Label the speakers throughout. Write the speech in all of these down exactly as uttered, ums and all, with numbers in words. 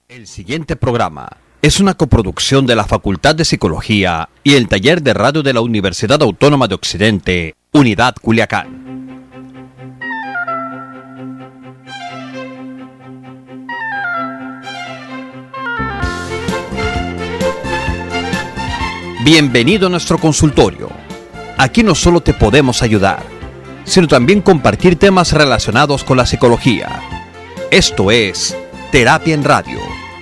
Speaker 1: El siguiente programa es una coproducción de la Facultad de Psicología y el Taller de Radio de la Universidad Autónoma de Occidente, Unidad Culiacán. Bienvenido a nuestro consultorio. Aquí no solo te podemos ayudar, sino también compartir temas relacionados con la psicología. Esto es Terapia en Radio.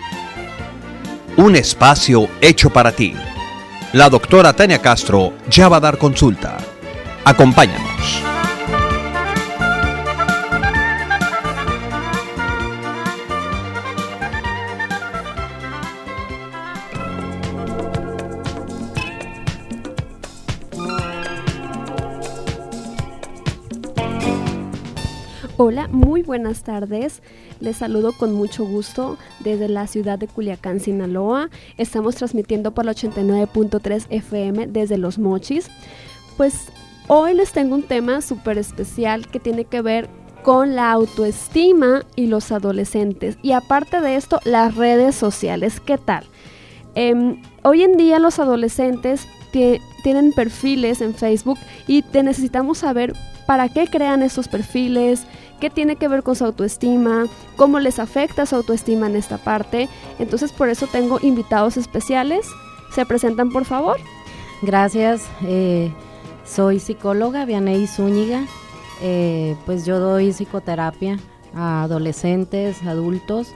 Speaker 1: Un espacio hecho para ti. La doctora Tania Castro ya va a dar consulta. Acompáñanos.
Speaker 2: Hola, muy buenas tardes. Les saludo con mucho gusto desde la ciudad de Culiacán, Sinaloa. Estamos transmitiendo por la ochenta y nueve punto tres F M desde Los Mochis. Pues hoy les tengo un tema súper especial que tiene que ver con la autoestima y los adolescentes. Y aparte de esto, las redes sociales. ¿Qué tal? Eh, hoy en día los adolescentes t- tienen perfiles en Facebook y te necesitamos saber para qué crean esos perfiles, qué tiene que ver con su autoestima, cómo les afecta su autoestima en esta parte. Entonces, por eso tengo invitados especiales. ¿Se presentan, por favor?
Speaker 3: Gracias. Eh, soy psicóloga, Vianey Zúñiga. Eh, pues yo doy psicoterapia a adolescentes, adultos.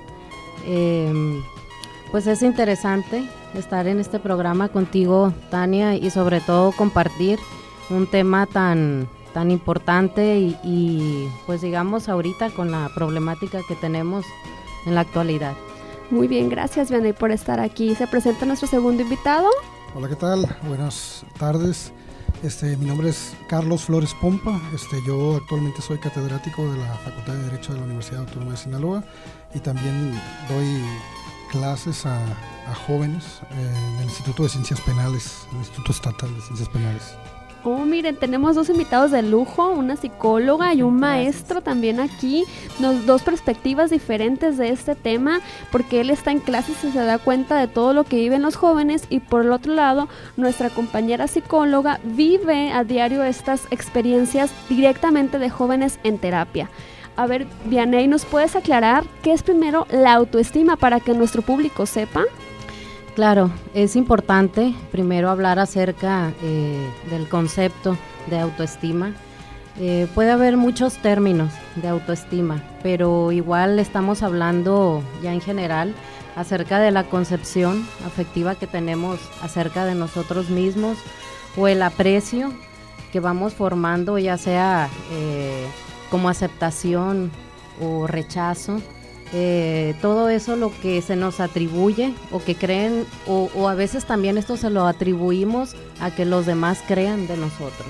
Speaker 3: Eh, pues es interesante estar en este programa contigo, Tania, y sobre todo compartir un tema tan... tan importante y, y pues digamos ahorita con la problemática que tenemos en la actualidad.
Speaker 2: Muy bien, gracias Vianey por estar aquí. ¿Se presenta nuestro segundo invitado?
Speaker 4: Hola, ¿qué tal? Buenas tardes. Este, mi nombre es Carlos Flores Pompa. Este, yo actualmente soy catedrático de la Facultad de Derecho de la Universidad Autónoma de Sinaloa y también doy clases a, a jóvenes en el Instituto de Ciencias Penales, el Instituto Estatal de Ciencias Penales.
Speaker 2: Oh, miren, tenemos dos invitados de lujo, una psicóloga y un maestro también aquí, nos, dos perspectivas diferentes de este tema, porque él está en clases y se da cuenta de todo lo que viven los jóvenes, y por el otro lado, nuestra compañera psicóloga vive a diario estas experiencias directamente de jóvenes en terapia. A ver, Vianey, ¿nos puedes aclarar qué es primero la autoestima para que nuestro público sepa?
Speaker 3: Claro, es importante primero hablar acerca eh, del concepto de autoestima. Eh, puede haber muchos términos de autoestima, pero igual estamos hablando ya en general acerca de la concepción afectiva que tenemos acerca de nosotros mismos o el aprecio que vamos formando, ya sea eh, como aceptación o rechazo. Eh, todo eso lo que se nos atribuye o que creen o, o a veces también esto se lo atribuimos a que los demás crean de nosotros.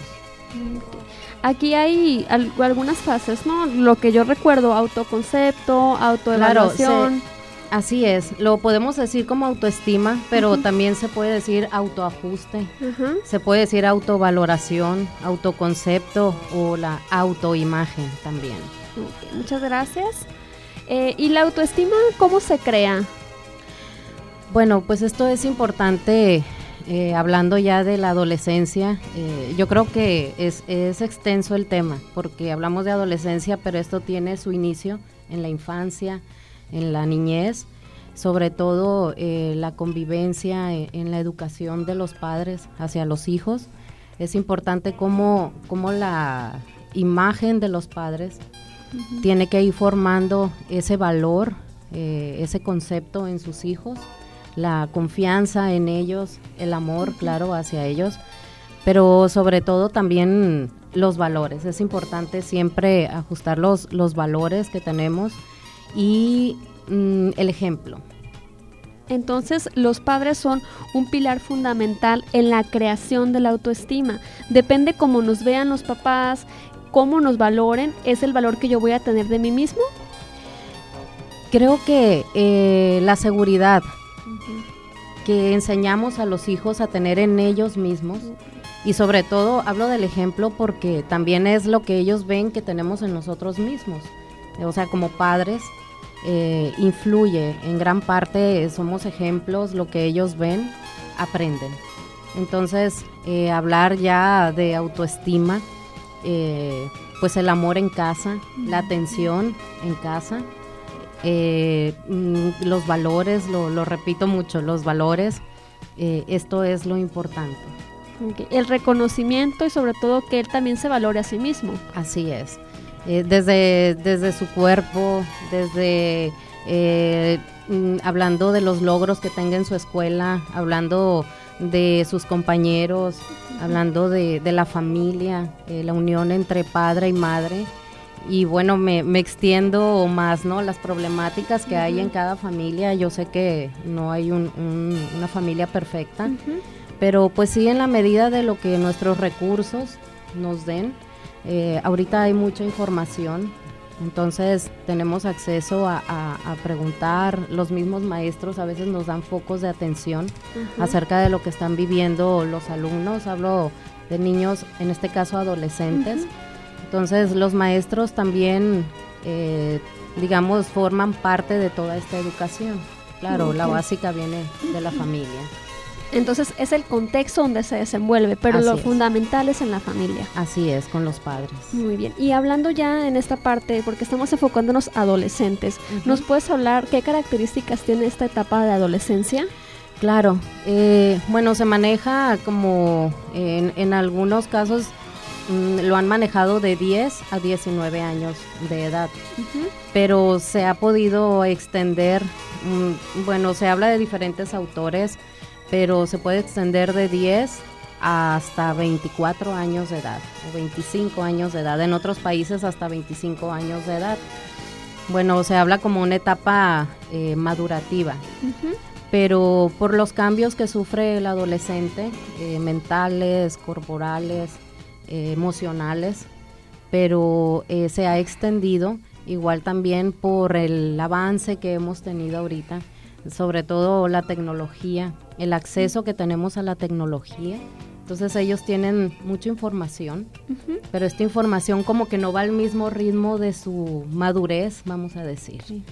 Speaker 2: Aquí hay al, algunas fases, ¿no? Lo que yo recuerdo, autoconcepto, autoevaluación.
Speaker 3: Claro, se, así es, lo podemos decir como autoestima, pero uh-huh. también se puede decir autoajuste, uh-huh. se puede decir autovaloración, autoconcepto o la autoimagen también.
Speaker 2: Okay, muchas gracias. Eh, ¿Y la autoestima cómo se crea?
Speaker 3: Bueno, pues esto es importante, eh, hablando ya de la adolescencia. Eh, yo creo que es, es extenso el tema, porque hablamos de adolescencia, pero esto tiene su inicio en la infancia, en la niñez, sobre todo eh, la convivencia en, en la educación de los padres hacia los hijos. Es importante cómo, cómo la imagen de los padres Uh-huh. tiene que ir formando ese valor, eh, ese concepto en sus hijos, la confianza en ellos, el amor, uh-huh. claro, hacia ellos, pero sobre todo también los valores. Es importante siempre ajustar los, los valores que tenemos y mm, el ejemplo.
Speaker 2: Entonces, los padres son un pilar fundamental en la creación de la autoestima. Depende cómo nos vean los papás, cómo nos valoren, ¿es el valor que yo voy a tener de mí mismo?
Speaker 3: Creo que eh, la seguridad uh-huh. que enseñamos a los hijos a tener en ellos mismos uh-huh. y sobre todo hablo del ejemplo porque también es lo que ellos ven que tenemos en nosotros mismos. O sea, como padres eh, influye en gran parte, somos ejemplos, lo que ellos ven, aprenden. Entonces, eh, hablar ya de autoestima, eh, pues el amor en casa, la atención en casa, eh, los valores, lo, lo repito mucho, los valores, eh, esto es lo importante.
Speaker 2: Okay. El reconocimiento y sobre todo que él también se valore a sí mismo.
Speaker 3: Así es, eh, desde, desde su cuerpo, desde eh, mm, hablando de los logros que tenga en su escuela, hablando de sus compañeros, uh-huh. hablando de, de la familia, eh, la unión entre padre y madre, y bueno, me, me extiendo más, ¿no? Las problemáticas que uh-huh. hay en cada familia. Yo sé que no hay un, un, una familia perfecta, uh-huh. pero pues sí, en la medida de lo que nuestros recursos nos den. Eh, ahorita hay mucha información, entonces tenemos acceso a, a, a preguntar. Los mismos maestros a veces nos dan focos de atención uh-huh. acerca de lo que están viviendo los alumnos. Hablo de niños, en este caso adolescentes. Uh-huh. Entonces los maestros también, eh, digamos, forman parte de toda esta educación. Claro, okay. La básica viene de la familia.
Speaker 2: Entonces es el contexto donde se desenvuelve, pero Así lo es. fundamental es en la familia.
Speaker 3: Así es, con los padres.
Speaker 2: Muy bien. Y hablando ya en esta parte, porque estamos enfocándonos a adolescentes, uh-huh. ¿nos puedes hablar qué características tiene esta etapa de adolescencia?
Speaker 3: Claro, eh, bueno, se maneja como en, en algunos casos mmm, lo han manejado de diez a diecinueve años de edad, uh-huh. pero se ha podido extender, mmm, bueno, se habla de diferentes autores, pero se puede extender de diez hasta veinticuatro años de edad, o veinticinco años de edad, en otros países hasta veinticinco años de edad. Bueno, se habla como una etapa eh, madurativa, uh-huh. pero por los cambios que sufre el adolescente, eh, mentales, corporales, eh, emocionales, pero eh, se ha extendido, igual también por el avance que hemos tenido ahorita, sobre todo la tecnología, el acceso que tenemos a la tecnología. Entonces ellos tienen mucha información, uh-huh. pero esta información como que no va al mismo ritmo de su madurez, vamos a decir. Sí.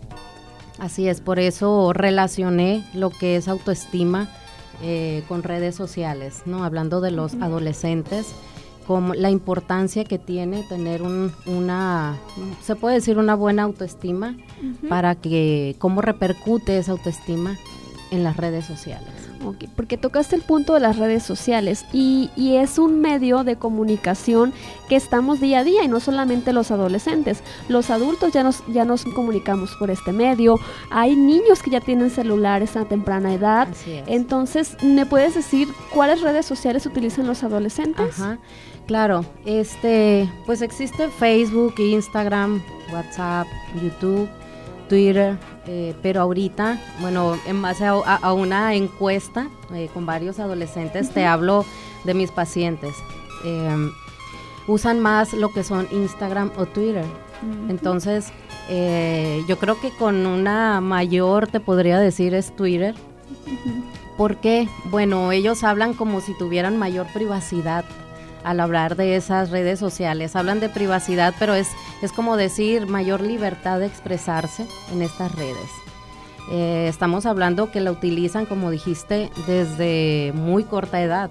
Speaker 3: Así es, por eso relacioné lo que es autoestima eh, con redes sociales, ¿no? Hablando de los uh-huh. adolescentes, como la importancia que tiene tener un, una, se puede decir una buena autoestima, uh-huh. para que, cómo repercute esa autoestima en las redes sociales.
Speaker 2: Okay, porque tocaste el punto de las redes sociales y, y es un medio de comunicación que estamos día a día y no solamente los adolescentes, los adultos ya nos, ya nos comunicamos por este medio, hay niños que ya tienen celulares a temprana edad.
Speaker 3: Así es.
Speaker 2: Entonces, ¿me puedes decir cuáles redes sociales utilizan los adolescentes?
Speaker 3: Ajá. Claro, este, pues existe Facebook, Instagram, WhatsApp, YouTube, Twitter, eh, pero ahorita, bueno, en base a, a, a una encuesta eh, con varios adolescentes, uh-huh. te hablo de mis pacientes, eh, usan más lo que son Instagram o Twitter, uh-huh. entonces eh, yo creo que con una mayor, te podría decir, es Twitter, uh-huh. porque, bueno, ellos hablan como si tuvieran mayor privacidad al hablar de esas redes sociales, hablan de privacidad, pero es, es como decir mayor libertad de expresarse en estas redes. Eh, estamos hablando que la utilizan, como dijiste, desde muy corta edad.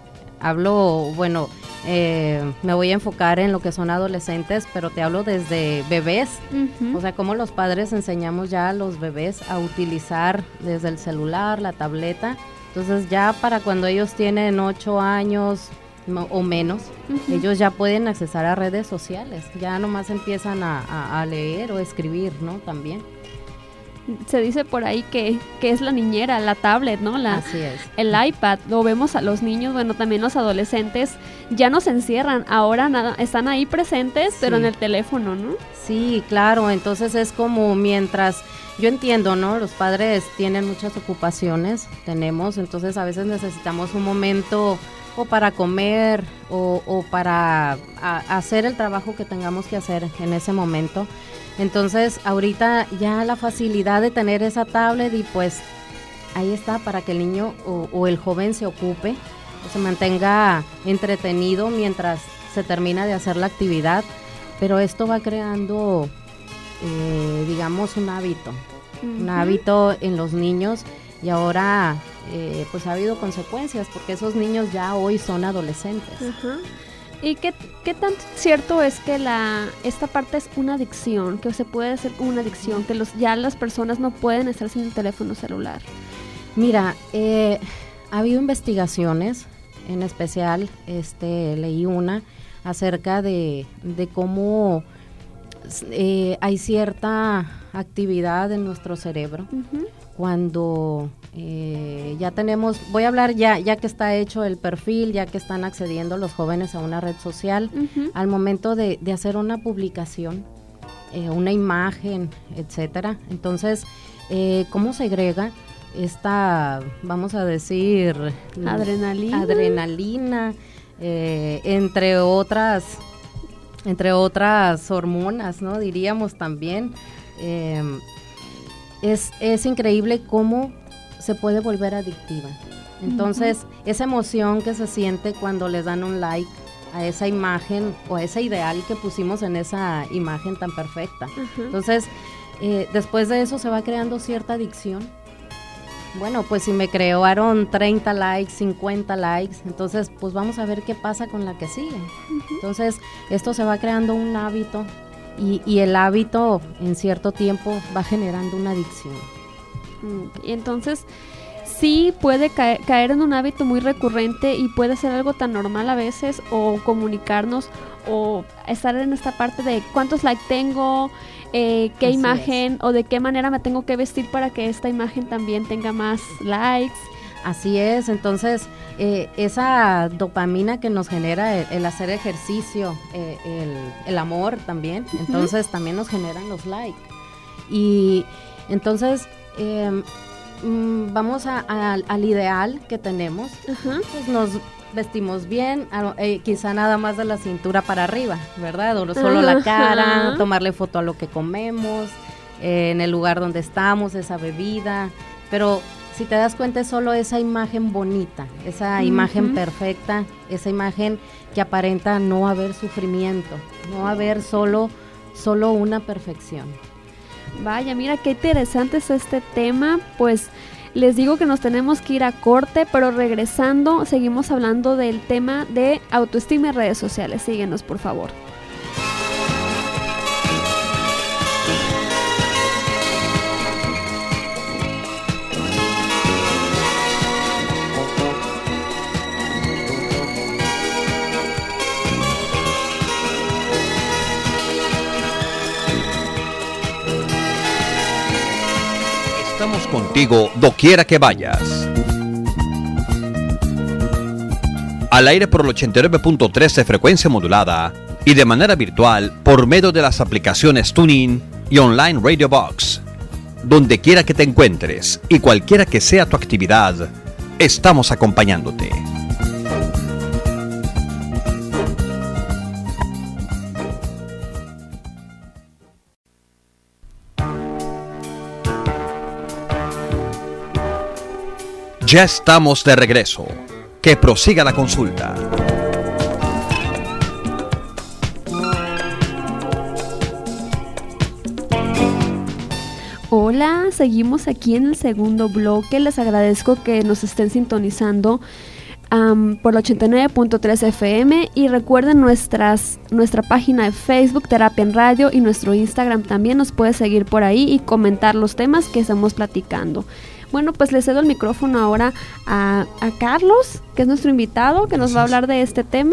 Speaker 3: Hablo, bueno, eh, me voy a enfocar en lo que son adolescentes, pero te hablo desde bebés, uh-huh. o sea, cómo los padres enseñamos ya a los bebés a utilizar desde el celular, la tableta. Entonces ya para cuando ellos tienen ocho años o menos, uh-huh. ellos ya pueden accesar a redes sociales, ya nomás empiezan a, a, a leer o escribir, ¿no? También.
Speaker 2: Se dice por ahí que, que es la niñera, la tablet, ¿no? La,
Speaker 3: Así es.
Speaker 2: El iPad, lo vemos a los niños, bueno, también los adolescentes, ya no se encierran, ahora nada, están ahí presentes, sí. pero en el teléfono, ¿no?
Speaker 3: Sí, claro, entonces es como mientras, yo entiendo, ¿no? Los padres tienen muchas ocupaciones, tenemos, entonces a veces necesitamos un momento o para comer o, o para a, hacer el trabajo que tengamos que hacer en ese momento. Entonces ahorita ya la facilidad de tener esa tablet y pues ahí está para que el niño o, o el joven se ocupe o se mantenga entretenido mientras se termina de hacer la actividad, pero esto va creando eh, digamos, un hábito,
Speaker 2: Uh-huh.
Speaker 3: un hábito en los niños, y ahora eh, pues ha habido consecuencias porque esos niños ya hoy son adolescentes.
Speaker 2: Ajá. ¿Y qué, qué tan cierto es que la esta parte es una adicción, que se puede hacer una adicción, que los ya las personas no pueden estar sin el teléfono celular?
Speaker 3: Mira, eh, ha habido investigaciones, en especial este, leí una acerca de, de cómo eh, hay cierta actividad en nuestro cerebro
Speaker 2: Uh-huh.
Speaker 3: cuando eh, ya tenemos, voy a hablar ya, ya que está hecho el perfil, ya que están accediendo los jóvenes a una red social,
Speaker 2: Uh-huh.
Speaker 3: al momento de, de hacer una publicación, eh, una imagen, etcétera. Entonces, eh, ¿cómo segrega esta, vamos a decir,
Speaker 2: Adrenalina.
Speaker 3: adrenalina, eh, entre otras, entre otras hormonas, ¿no? Diríamos también. Eh, es, es increíble cómo se puede volver adictiva. Entonces, uh-huh. esa emoción que se siente cuando les dan un like a esa imagen o a ese ideal que pusimos en esa imagen tan perfecta.
Speaker 2: Uh-huh.
Speaker 3: Entonces, eh, después de eso se va creando cierta adicción. Bueno, pues si me crearon treinta likes, cincuenta likes, entonces pues vamos a ver qué pasa con la que sigue. Uh-huh. Entonces, esto se va creando un hábito y, y el hábito en cierto tiempo va generando una adicción.
Speaker 2: Y entonces sí puede caer, caer en un hábito muy recurrente y puede ser algo tan normal a veces, o comunicarnos o estar en esta parte de cuántos likes tengo, eh, qué
Speaker 3: Así
Speaker 2: imagen
Speaker 3: es.
Speaker 2: O de qué manera me tengo que vestir para que esta imagen también tenga más likes.
Speaker 3: Así es, entonces eh, esa dopamina que nos genera el, el hacer ejercicio, eh, el, el amor también, uh-huh. entonces también nos generan los likes. Y entonces eh, mm, vamos a, a, al ideal que tenemos,
Speaker 2: uh-huh.
Speaker 3: pues nos vestimos bien, eh, quizá nada más de la cintura para arriba, ¿verdad? O solo uh-huh. la cara, tomarle foto a lo que comemos, eh, en el lugar donde estamos, esa bebida, pero si te das cuenta es solo esa imagen bonita, esa uh-huh. imagen perfecta, esa imagen que aparenta no haber sufrimiento, no haber solo, solo una perfección.
Speaker 2: Vaya, mira qué interesante es este tema. Pues les digo que nos tenemos que ir a corte, pero regresando seguimos hablando del tema de autoestima y redes sociales. Síguenos, por favor.
Speaker 1: Estamos contigo doquiera que vayas. Al aire por el ochenta y nueve punto tres de frecuencia modulada y de manera virtual por medio de las aplicaciones TuneIn y Online Radio Box. Donde quiera que te encuentres y cualquiera que sea tu actividad, estamos acompañándote. Ya estamos de regreso. Que prosiga la consulta.
Speaker 2: Hola, seguimos aquí en el segundo bloque. Les agradezco que nos estén sintonizando um, por la ochenta y nueve punto tres F M y recuerden nuestras, nuestra página de Facebook, Terapia en Radio, y nuestro Instagram también. Nos puede seguir por ahí y comentar los temas que estamos platicando. Bueno, pues le cedo el micrófono ahora a, a Carlos, que es nuestro invitado, que nos va a hablar de este tema.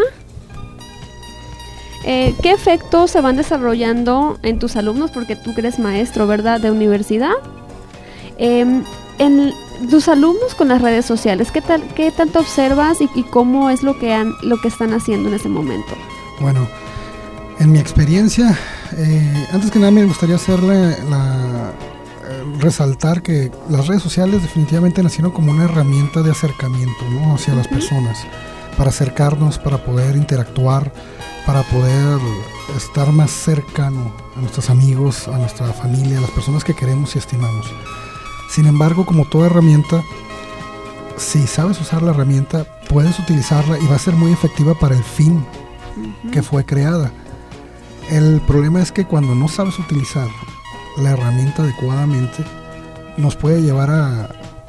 Speaker 2: Eh, ¿Qué efectos se van desarrollando en tus alumnos? Porque tú eres maestro, ¿verdad?, de universidad. Eh, en tus alumnos con las redes sociales, ¿qué tal, qué tanto observas y, y cómo es lo que han, lo que están haciendo en ese momento?
Speaker 4: Bueno, en mi experiencia, eh, antes que nada me gustaría hacerle la resaltar que las redes sociales definitivamente nacieron como una herramienta de acercamiento, ¿no?, hacia uh-huh. las personas, para acercarnos, para poder interactuar, para poder estar más cercano a nuestros amigos, a nuestra familia, a las personas que queremos y estimamos. Sin embargo, como toda herramienta, si sabes usar la herramienta, puedes utilizarla y va a ser muy efectiva para el fin uh-huh. que fue creada. El problema es que cuando no sabes utilizar la herramienta adecuadamente, nos puede llevar a,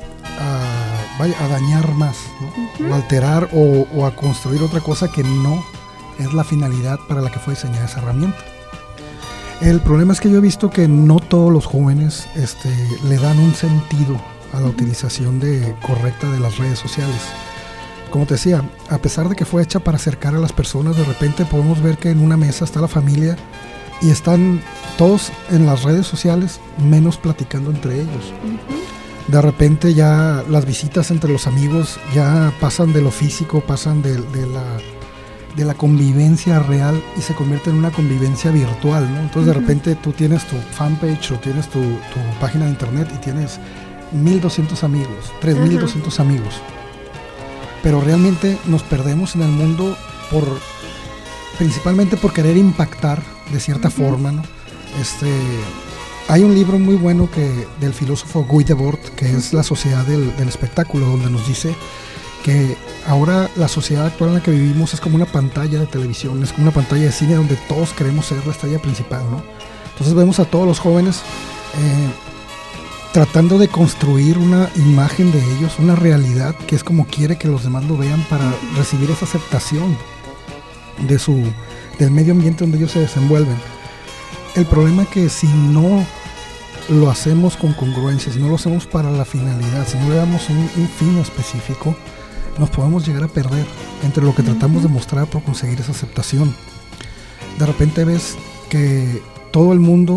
Speaker 4: a, vaya, a dañar más, ¿no? Uh-huh. O alterar o, o a construir otra cosa que no es la finalidad para la que fue diseñada esa herramienta. El problema es que yo he visto que no todos los jóvenes este, le dan un sentido a la utilización de, correcta de las redes sociales. Como te decía, a pesar de que fue hecha para acercar a las personas, de repente podemos ver que en una mesa está la familia y están todos en las redes sociales, menos platicando entre ellos. Uh-huh. De repente ya las visitas entre los amigos ya pasan de lo físico, pasan de, de la... de la convivencia real y se convierte en una convivencia virtual, ¿no? Entonces, uh-huh, de repente tú tienes tu fanpage o tienes tu, tu página de internet y tienes mil doscientos amigos, tres mil doscientos uh-huh. amigos. Pero realmente nos perdemos en el mundo por, principalmente por querer impactar de cierta uh-huh. forma, ¿no? Este, hay un libro muy bueno que del filósofo Guy Debord, que uh-huh. es La sociedad del, del espectáculo, donde nos dice que ahora la sociedad actual en la que vivimos es como una pantalla de televisión, es como una pantalla de cine donde todos queremos ser la estrella principal, ¿no? Entonces vemos a todos los jóvenes eh, tratando de construir una imagen de ellos, una realidad que es como quiere que los demás lo vean para recibir esa aceptación de su, del medio ambiente donde ellos se desenvuelven. El problema es que si no lo hacemos con congruencia, si no lo hacemos para la finalidad, si no le damos un, un fin específico, nos podemos llegar a perder entre lo que uh-huh. tratamos de mostrar por conseguir esa aceptación. De repente ves que todo el mundo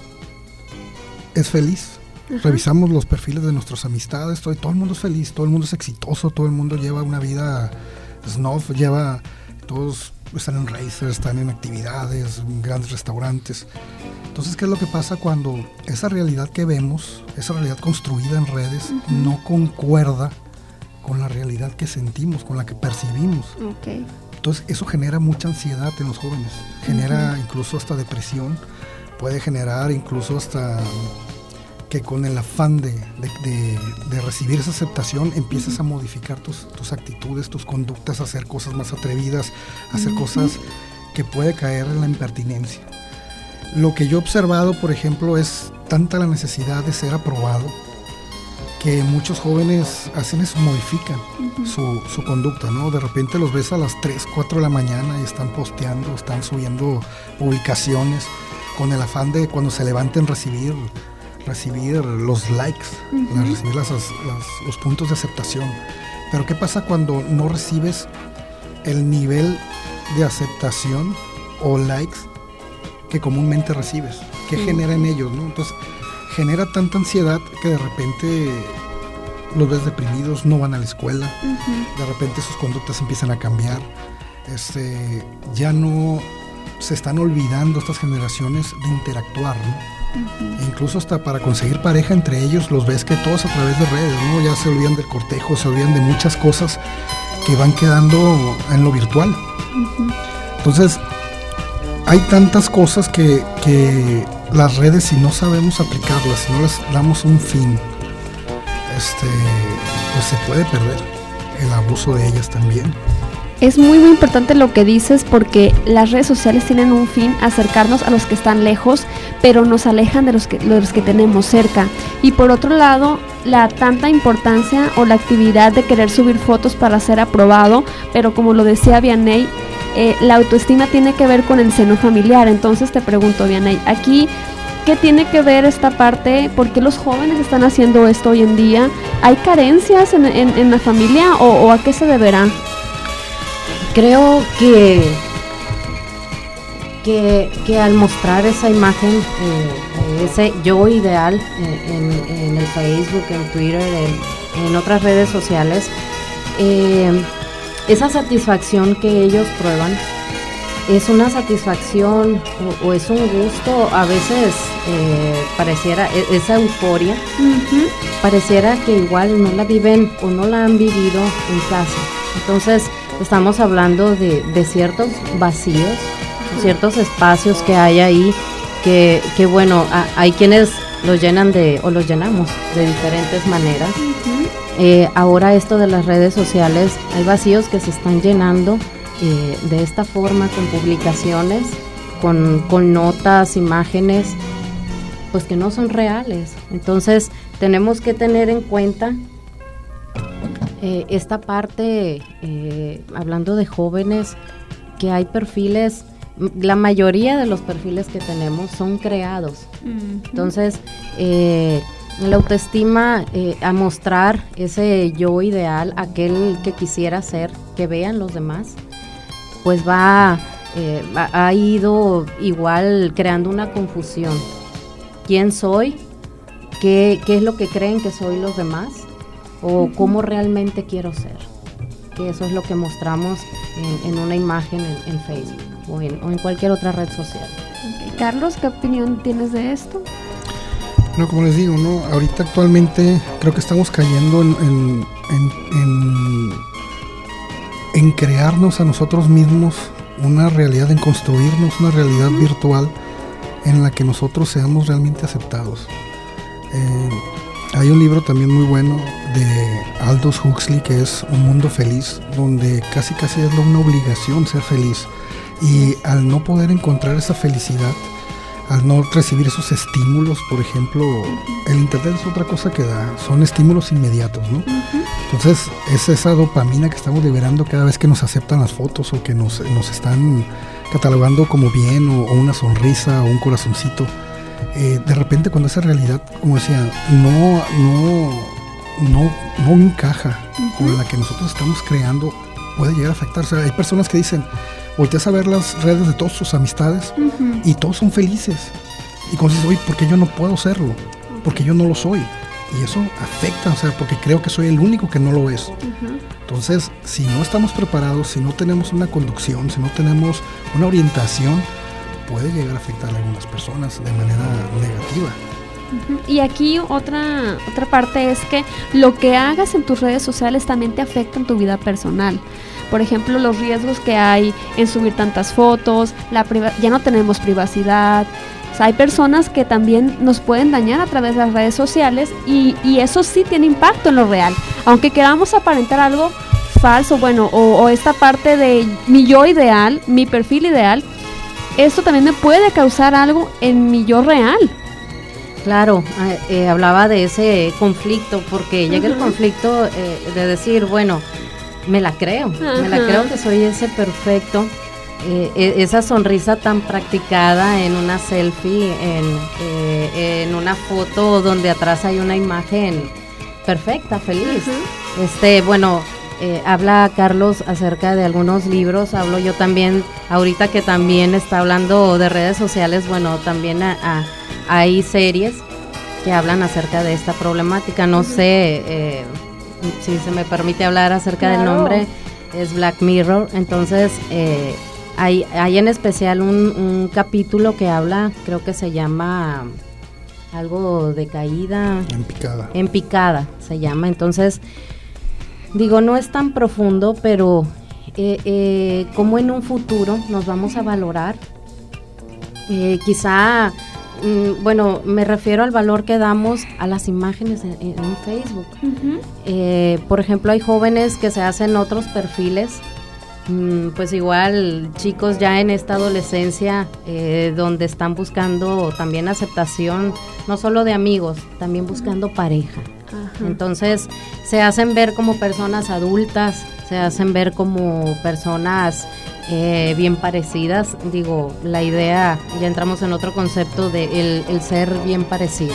Speaker 4: es feliz. Uh-huh. Revisamos los perfiles de nuestras amistades, todo, todo el mundo es feliz, todo el mundo es exitoso, todo el mundo lleva una vida snuff, lleva, todos están en races, están en actividades, en grandes restaurantes. Entonces, ¿qué es lo que pasa cuando esa realidad que vemos, esa realidad construida en redes, uh-huh. no concuerda con la realidad que sentimos, con la que percibimos?
Speaker 2: Okay.
Speaker 4: Entonces eso genera mucha ansiedad en los jóvenes, genera uh-huh. incluso hasta depresión, puede generar incluso hasta que con el afán de, de, de, de recibir esa aceptación empiezas uh-huh. a modificar tus, tus actitudes, tus conductas, a hacer cosas más atrevidas, a hacer uh-huh. cosas que puede caer en la impertinencia. Lo que yo he observado, por ejemplo, es tanta la necesidad de ser aprobado que muchos jóvenes hacen eso, modifican uh-huh. su, su conducta, ¿no? De repente los ves a las tres, cuatro de la mañana y están posteando, están subiendo publicaciones con el afán de cuando se levanten recibir, recibir los likes, uh-huh. recibir las, las, los puntos de aceptación. Pero ¿qué pasa cuando no recibes el nivel de aceptación o likes que comúnmente recibes? ¿Qué uh-huh. genera en ellos, ¿no? Entonces genera tanta ansiedad que de repente los ves deprimidos, no van a la escuela, uh-huh. de repente sus conductas empiezan a cambiar, este, ya no se están olvidando estas generaciones de interactuar, ¿no? Uh-huh. E incluso hasta para conseguir pareja entre ellos los ves que todos a través de redes, ¿no? Ya se olvidan del cortejo, se olvidan de muchas cosas que van quedando en lo virtual. Uh-huh. Entonces hay tantas cosas que, que las redes, si no sabemos aplicarlas, si no les damos un fin, este, pues se puede perder el abuso de ellas también.
Speaker 2: Es muy muy importante lo que dices, porque las redes sociales tienen un fin, acercarnos a los que están lejos, pero nos alejan de los que, de los que tenemos cerca. Y por otro lado, la tanta importancia o la actividad de querer subir fotos para ser aprobado, pero como lo decía Vianey, Eh, la autoestima tiene que ver con el seno familiar. Entonces te pregunto, Vianey, aquí, ¿qué tiene que ver esta parte? ¿Por qué los jóvenes están haciendo esto hoy en día? ¿Hay carencias en, en, en la familia o, o a qué se deberá?
Speaker 3: Creo que, que, que al mostrar esa imagen, eh, ese yo ideal eh, en, en el Facebook, en Twitter, en, en otras redes sociales, eh, esa satisfacción que ellos prueban es una satisfacción o, o es un gusto, a veces eh, pareciera, esa euforia, uh-huh. pareciera que igual no la viven o no la han vivido en casa. Entonces estamos hablando de, de ciertos vacíos, uh-huh. ciertos espacios que hay ahí, que, que bueno, a, hay quienes los llenan de, o los llenamos de diferentes maneras. Uh-huh. Eh, ahora esto de las redes sociales, hay vacíos que se están llenando eh, de esta forma, con publicaciones, con, con notas, imágenes, pues que no son reales. Entonces tenemos que tener en cuenta eh, esta parte, eh, hablando de jóvenes, que hay perfiles, la mayoría de los perfiles que tenemos son creados. Uh-huh. Entonces, eh, la autoestima, eh, a mostrar ese yo ideal, aquel que quisiera ser, que vean los demás, pues va, eh, ha, ha ido igual creando una confusión. ¿Quién soy? ¿Qué, qué es lo que creen que soy los demás? ¿O uh-huh. cómo realmente quiero ser? Que eso es lo que mostramos en, en una imagen en, en Facebook o en, o en cualquier otra red social.
Speaker 2: Okay. Carlos, ¿qué opinión tienes de esto?
Speaker 4: No, como les digo, no, ahorita actualmente creo que estamos cayendo en, en, en, en, en crearnos a nosotros mismos una realidad, en construirnos una realidad uh-huh. virtual en la que nosotros seamos realmente aceptados. Eh, hay un libro también muy bueno de Aldous Huxley que es Un Mundo Feliz, donde casi casi es una obligación ser feliz, y al no poder encontrar esa felicidad, al no recibir esos estímulos, por ejemplo, uh-huh. el internet es otra cosa que da, son estímulos inmediatos, ¿no? Uh-huh. Entonces es esa dopamina que estamos liberando cada vez que nos aceptan las fotos o que nos, nos están catalogando como bien, o, o una sonrisa o un corazoncito. Eh, de repente cuando esa realidad, como decía, no, no, no, no encaja uh-huh. con la que nosotros estamos creando, puede llegar a afectar. O sea, hay personas que dicen, volteas a ver las redes de todas sus amistades uh-huh. y todos son felices. Y como dices, oye, ¿por qué yo no puedo serlo? Porque yo no lo soy. Y eso afecta, o sea, porque creo que soy el único que no lo es. Uh-huh. Entonces, si no estamos preparados, si no tenemos una conducción, si no tenemos una orientación, puede llegar a afectar a algunas personas de manera negativa.
Speaker 2: Uh-huh. Y aquí otra otra parte es que lo que hagas en tus redes sociales también te afecta en tu vida personal. Por ejemplo, los riesgos que hay en subir tantas fotos, la priva- ya no tenemos privacidad. O sea, hay personas que también nos pueden dañar a través de las redes sociales, y, y eso sí tiene impacto en lo real. Aunque queramos aparentar algo falso, bueno, o, o esta parte de mi yo ideal, mi perfil ideal, esto también me puede causar algo en mi yo real.
Speaker 3: Claro, eh, hablaba de ese conflicto, porque uh-huh. llega el conflicto eh, de decir, bueno, me la creo, uh-huh. me la creo que soy ese perfecto, eh, esa sonrisa tan practicada en una selfie, en, eh, en una foto donde atrás hay una imagen perfecta, feliz. Uh-huh. Este, bueno, eh, habla Carlos acerca de algunos libros, hablo yo también, ahorita que también está hablando de redes sociales, bueno, también a, a, hay series que hablan acerca de esta problemática. No uh-huh. sé eh, si se me permite hablar acerca claro. del nombre, es Black Mirror. Entonces eh, hay, hay en especial un, un capítulo que habla, creo que se llama algo de caída
Speaker 4: en picada,
Speaker 3: en picada se llama. Entonces digo, no es tan profundo, pero eh, eh, como en un futuro nos vamos a valorar, eh, quizá mm, bueno, me refiero al valor que damos a las imágenes en, en Facebook. Uh-huh. Eh, por ejemplo, hay jóvenes que se hacen otros perfiles, mm, pues igual chicos ya en esta adolescencia, eh, donde están buscando también aceptación, no solo de amigos, también buscando pareja. Ajá. Entonces se hacen ver como personas adultas, se hacen ver como personas eh, bien parecidas. Digo, la idea, ya entramos en otro concepto de el, el ser bien parecido.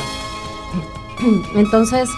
Speaker 3: Entonces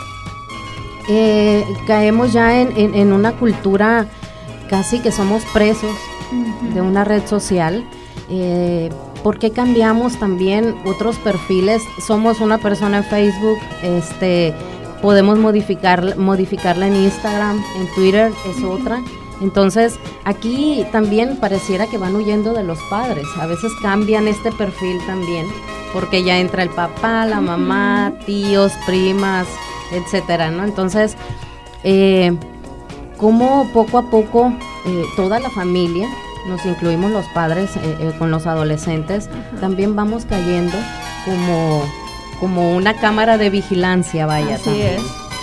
Speaker 3: eh, caemos ya en, en, en una cultura casi que somos presos uh-huh. de una red social. eh, ¿Por qué cambiamos también otros perfiles? Somos una persona en Facebook, este podemos modificar, modificarla en Instagram, en Twitter es otra. Entonces, aquí también pareciera que van huyendo de los padres. A veces cambian este perfil también, porque ya entra el papá, la mamá, tíos, primas, etcétera, ¿no? Entonces, eh, como poco a poco eh, toda la familia, nos incluimos los padres eh, eh, con los adolescentes, uh-huh. también vamos cayendo como... como una cámara de vigilancia, vaya.
Speaker 2: Así
Speaker 3: también.
Speaker 2: es.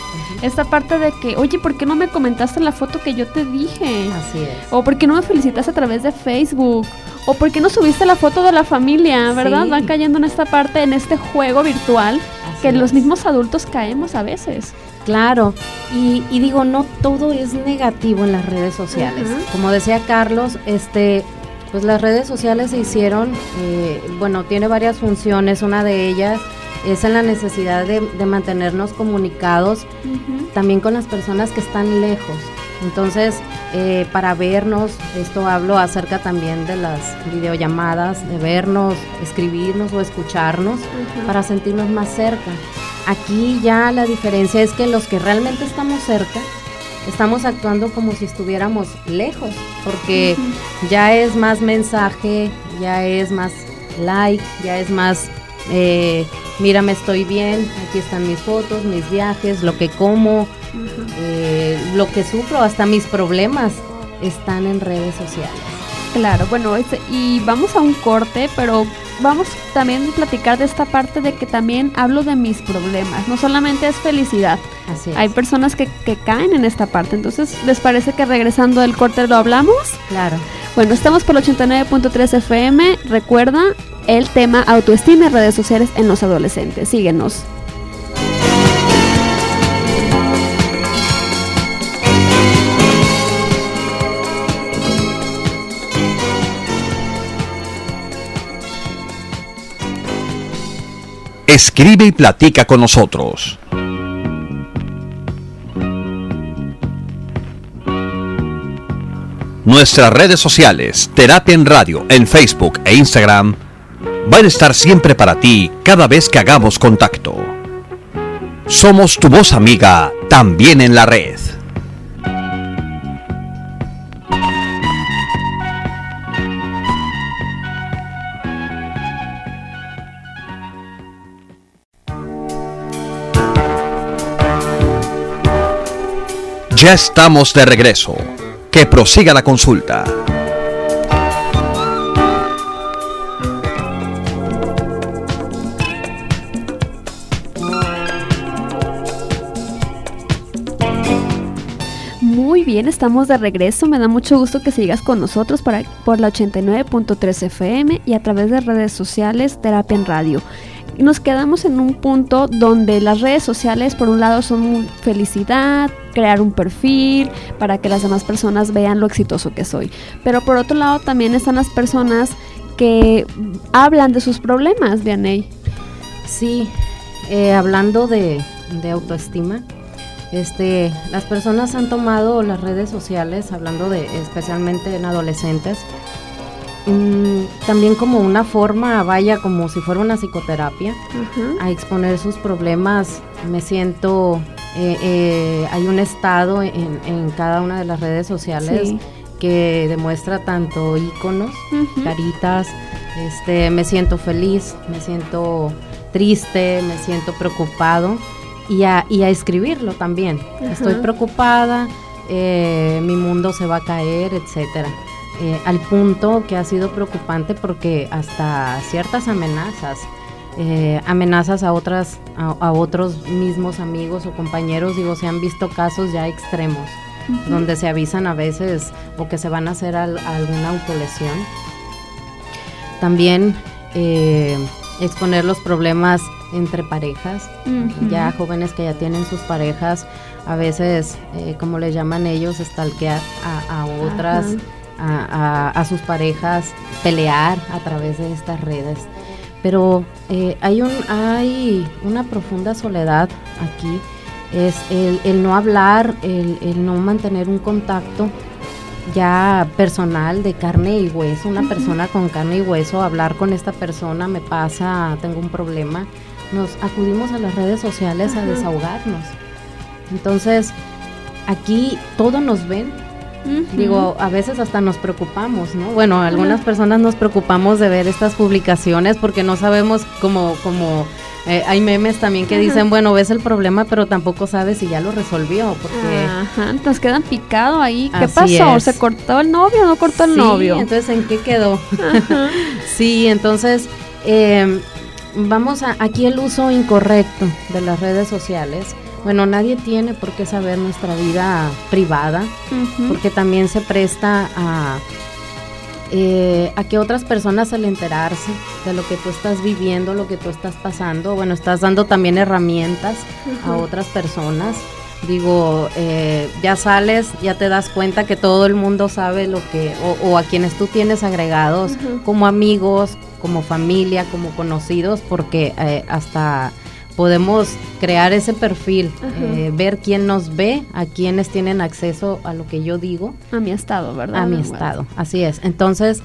Speaker 2: Uh-huh. Esta parte de que, oye, ¿por qué no me comentaste la foto que yo te dije?
Speaker 3: Así es.
Speaker 2: O ¿por qué no me felicitaste a través de Facebook? O ¿por qué no subiste la foto de la familia? ¿Verdad? Sí. Van cayendo en esta parte, en este juego virtual Así que es. Los mismos adultos caemos a veces.
Speaker 3: Claro, y, y digo, no todo es negativo en las redes sociales. Uh-huh. Como decía Carlos, este, pues las redes sociales se hicieron, eh, bueno, tiene varias funciones, una de ellas es en la necesidad de, de mantenernos comunicados uh-huh. también con las personas que están lejos. Entonces, eh, para vernos, esto hablo acerca también de las videollamadas, de vernos, escribirnos o escucharnos uh-huh. para sentirnos más cerca. Aquí ya la diferencia es que los que realmente estamos cerca, estamos actuando como si estuviéramos lejos, porque uh-huh. ya es más mensaje, ya es más like, ya es más, eh, mira, me estoy bien, aquí están mis fotos, mis viajes, lo que como, uh-huh. eh, lo que sufro, hasta mis problemas están en redes sociales.
Speaker 2: Claro, bueno, este, y vamos a un corte, pero vamos también a platicar de esta parte de que también hablo de mis problemas, no solamente es felicidad.
Speaker 3: Así es.
Speaker 2: Hay personas que, que caen en esta parte, entonces, ¿les parece que regresando del corte lo hablamos?
Speaker 3: Claro.
Speaker 2: Bueno, estamos por ochenta y nueve punto tres F M, recuerda el tema autoestima y redes sociales en los adolescentes, síguenos.
Speaker 1: Escribe y platica con nosotros. Nuestras redes sociales, Terapia en Radio, en Facebook e Instagram, van a estar siempre para ti cada vez que hagamos contacto. Somos tu voz amiga, también en la red. Ya estamos de regreso. Que prosiga la consulta.
Speaker 2: Muy bien, estamos de regreso. Me da mucho gusto que sigas con nosotros para, por la ochenta y nueve punto tres F M y a través de redes sociales Terapia en Radio. Y nos quedamos en un punto donde las redes sociales, por un lado, son felicidad, crear un perfil para que las demás personas vean lo exitoso que soy. Pero por otro lado también están las personas que hablan de sus problemas, Vianey.
Speaker 3: Sí, eh, hablando de, de autoestima, este, las personas han tomado las redes sociales, hablando de especialmente en adolescentes, mmm, también como una forma, vaya, como si fuera una psicoterapia, uh-huh. a exponer sus problemas. Me siento... Eh, eh, hay un estado en, en cada una de las redes sociales sí. que demuestra tanto iconos, uh-huh. caritas, este, me siento feliz, me siento triste, me siento preocupado y a, y a escribirlo también. Uh-huh. Estoy preocupada, eh, mi mundo se va a caer, etcétera. Eh, al punto que ha sido preocupante porque hasta ciertas amenazas Eh, amenazas a otras a, a otros mismos amigos o compañeros, digo, se han visto casos ya extremos, uh-huh. donde se avisan a veces o que se van a hacer al, alguna autolesión. También eh, exponer los problemas entre parejas, uh-huh. ya jóvenes que ya tienen sus parejas, a veces, eh, como le llaman ellos, stalkear a, a otras, uh-huh. a, a, a sus parejas, pelear a través de estas redes. Pero eh, hay un hay una profunda soledad aquí, es el, el no hablar, el, el no mantener un contacto ya personal de carne y hueso, una uh-huh. persona con carne y hueso, hablar con esta persona, me pasa, tengo un problema, nos acudimos a las redes sociales uh-huh. a desahogarnos. Entonces, aquí todos nos ven. Uh-huh. Digo, a veces hasta nos preocupamos, ¿no? Bueno, algunas uh-huh. personas nos preocupamos de ver estas publicaciones porque no sabemos cómo, cómo eh, hay memes también que uh-huh. dicen, bueno, ves el problema, pero tampoco sabes si ya lo resolvió, porque...
Speaker 2: Ajá, nos quedan picado ahí. ¿Qué pasó? Es. ¿Se cortó el novio o no cortó el
Speaker 3: sí,
Speaker 2: novio?
Speaker 3: Sí, entonces, ¿en qué quedó? Uh-huh. Sí, entonces, eh, vamos a, aquí el uso incorrecto de las redes sociales bueno, nadie tiene por qué saber nuestra vida privada, uh-huh. porque también se presta a, eh, a que otras personas al enterarse de lo que tú estás viviendo, lo que tú estás pasando, bueno, estás dando también herramientas uh-huh. a otras personas. Digo, eh, ya sales, ya te das cuenta que todo el mundo sabe lo que, o, o a quienes tú tienes agregados, uh-huh. como amigos, como familia, como conocidos, porque eh, hasta podemos crear ese perfil, uh-huh. eh, ver quién nos ve, a quienes tienen acceso a lo que yo digo.
Speaker 2: A mi estado, ¿verdad?
Speaker 3: A mi bueno. estado, así es. Entonces,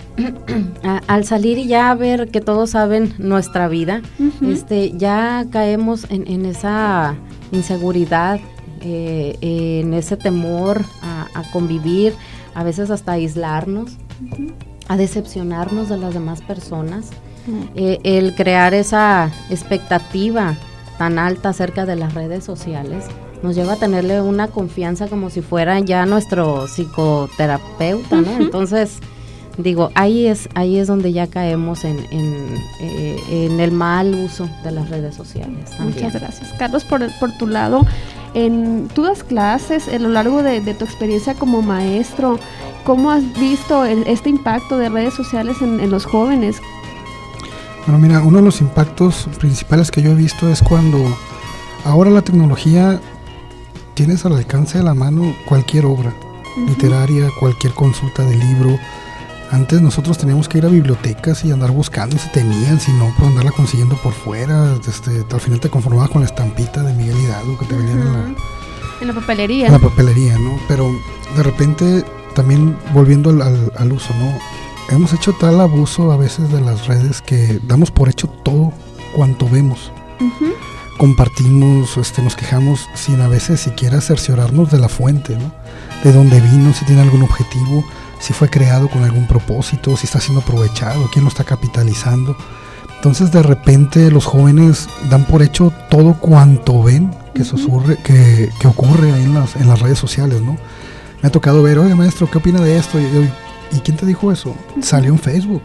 Speaker 3: a, al salir y ya ver que todos saben nuestra vida, uh-huh. este, ya caemos en, en esa inseguridad, eh, en ese temor a, a convivir, a veces hasta aislarnos, uh-huh. a decepcionarnos de las demás personas, uh-huh. eh, el crear esa expectativa tan alta acerca de las redes sociales nos lleva a tenerle una confianza como si fuera ya nuestro psicoterapeuta, ¿no? Uh-huh. Entonces, digo, ahí es ahí es donde ya caemos en, en, eh, en el mal uso de las redes sociales también.
Speaker 2: Muchas gracias. Carlos, por, por tu lado, en, tú das clases a lo largo de, de tu experiencia como maestro. ¿Cómo has visto el, este impacto de redes sociales en, en los jóvenes?
Speaker 4: Bueno, mira, uno de los impactos principales que yo he visto es cuando ahora la tecnología tienes al alcance de la mano cualquier obra uh-huh. literaria, cualquier consulta de libro. Antes nosotros teníamos que ir a bibliotecas y andar buscando si tenían, si no, pues andarla consiguiendo por fuera. Este, al final te conformabas con la estampita de Miguel Hidalgo que te venían uh-huh. en la,
Speaker 2: en la papelería.
Speaker 4: En la papelería, ¿no? Pero de repente, también volviendo al, al, al uso, ¿no? Hemos hecho tal abuso a veces de las redes que damos por hecho todo cuanto vemos. Uh-huh. Compartimos, este, nos quejamos sin a veces siquiera cerciorarnos de la fuente, ¿no? De dónde vino, si tiene algún objetivo, si fue creado con algún propósito, si está siendo aprovechado, quién lo está capitalizando. Entonces de repente los jóvenes dan por hecho todo cuanto ven que, uh-huh. ocurre, que, que ocurre ahí en las, en las redes sociales, ¿no? Me ha tocado ver, oye maestro, ¿qué opina de esto? Y, y, ¿y quién te dijo eso? Uh-huh. Salió en Facebook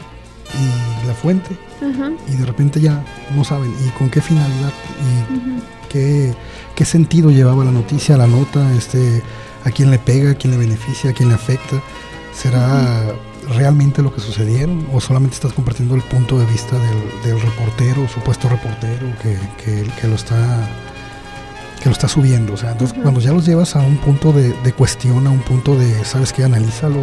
Speaker 4: y la fuente uh-huh. y de repente ya no saben y con qué finalidad y uh-huh. qué, qué sentido llevaba la noticia, la nota, este, a quién le pega, a quién le beneficia, a quién le afecta. ¿Será uh-huh. realmente lo que sucedieron o solamente estás compartiendo el punto de vista del, del reportero, supuesto reportero que, que, que lo está que lo está subiendo? O sea, entonces uh-huh. cuando ya los llevas a un punto de, de cuestión, a un punto de, ¿sabes qué? Analízalo,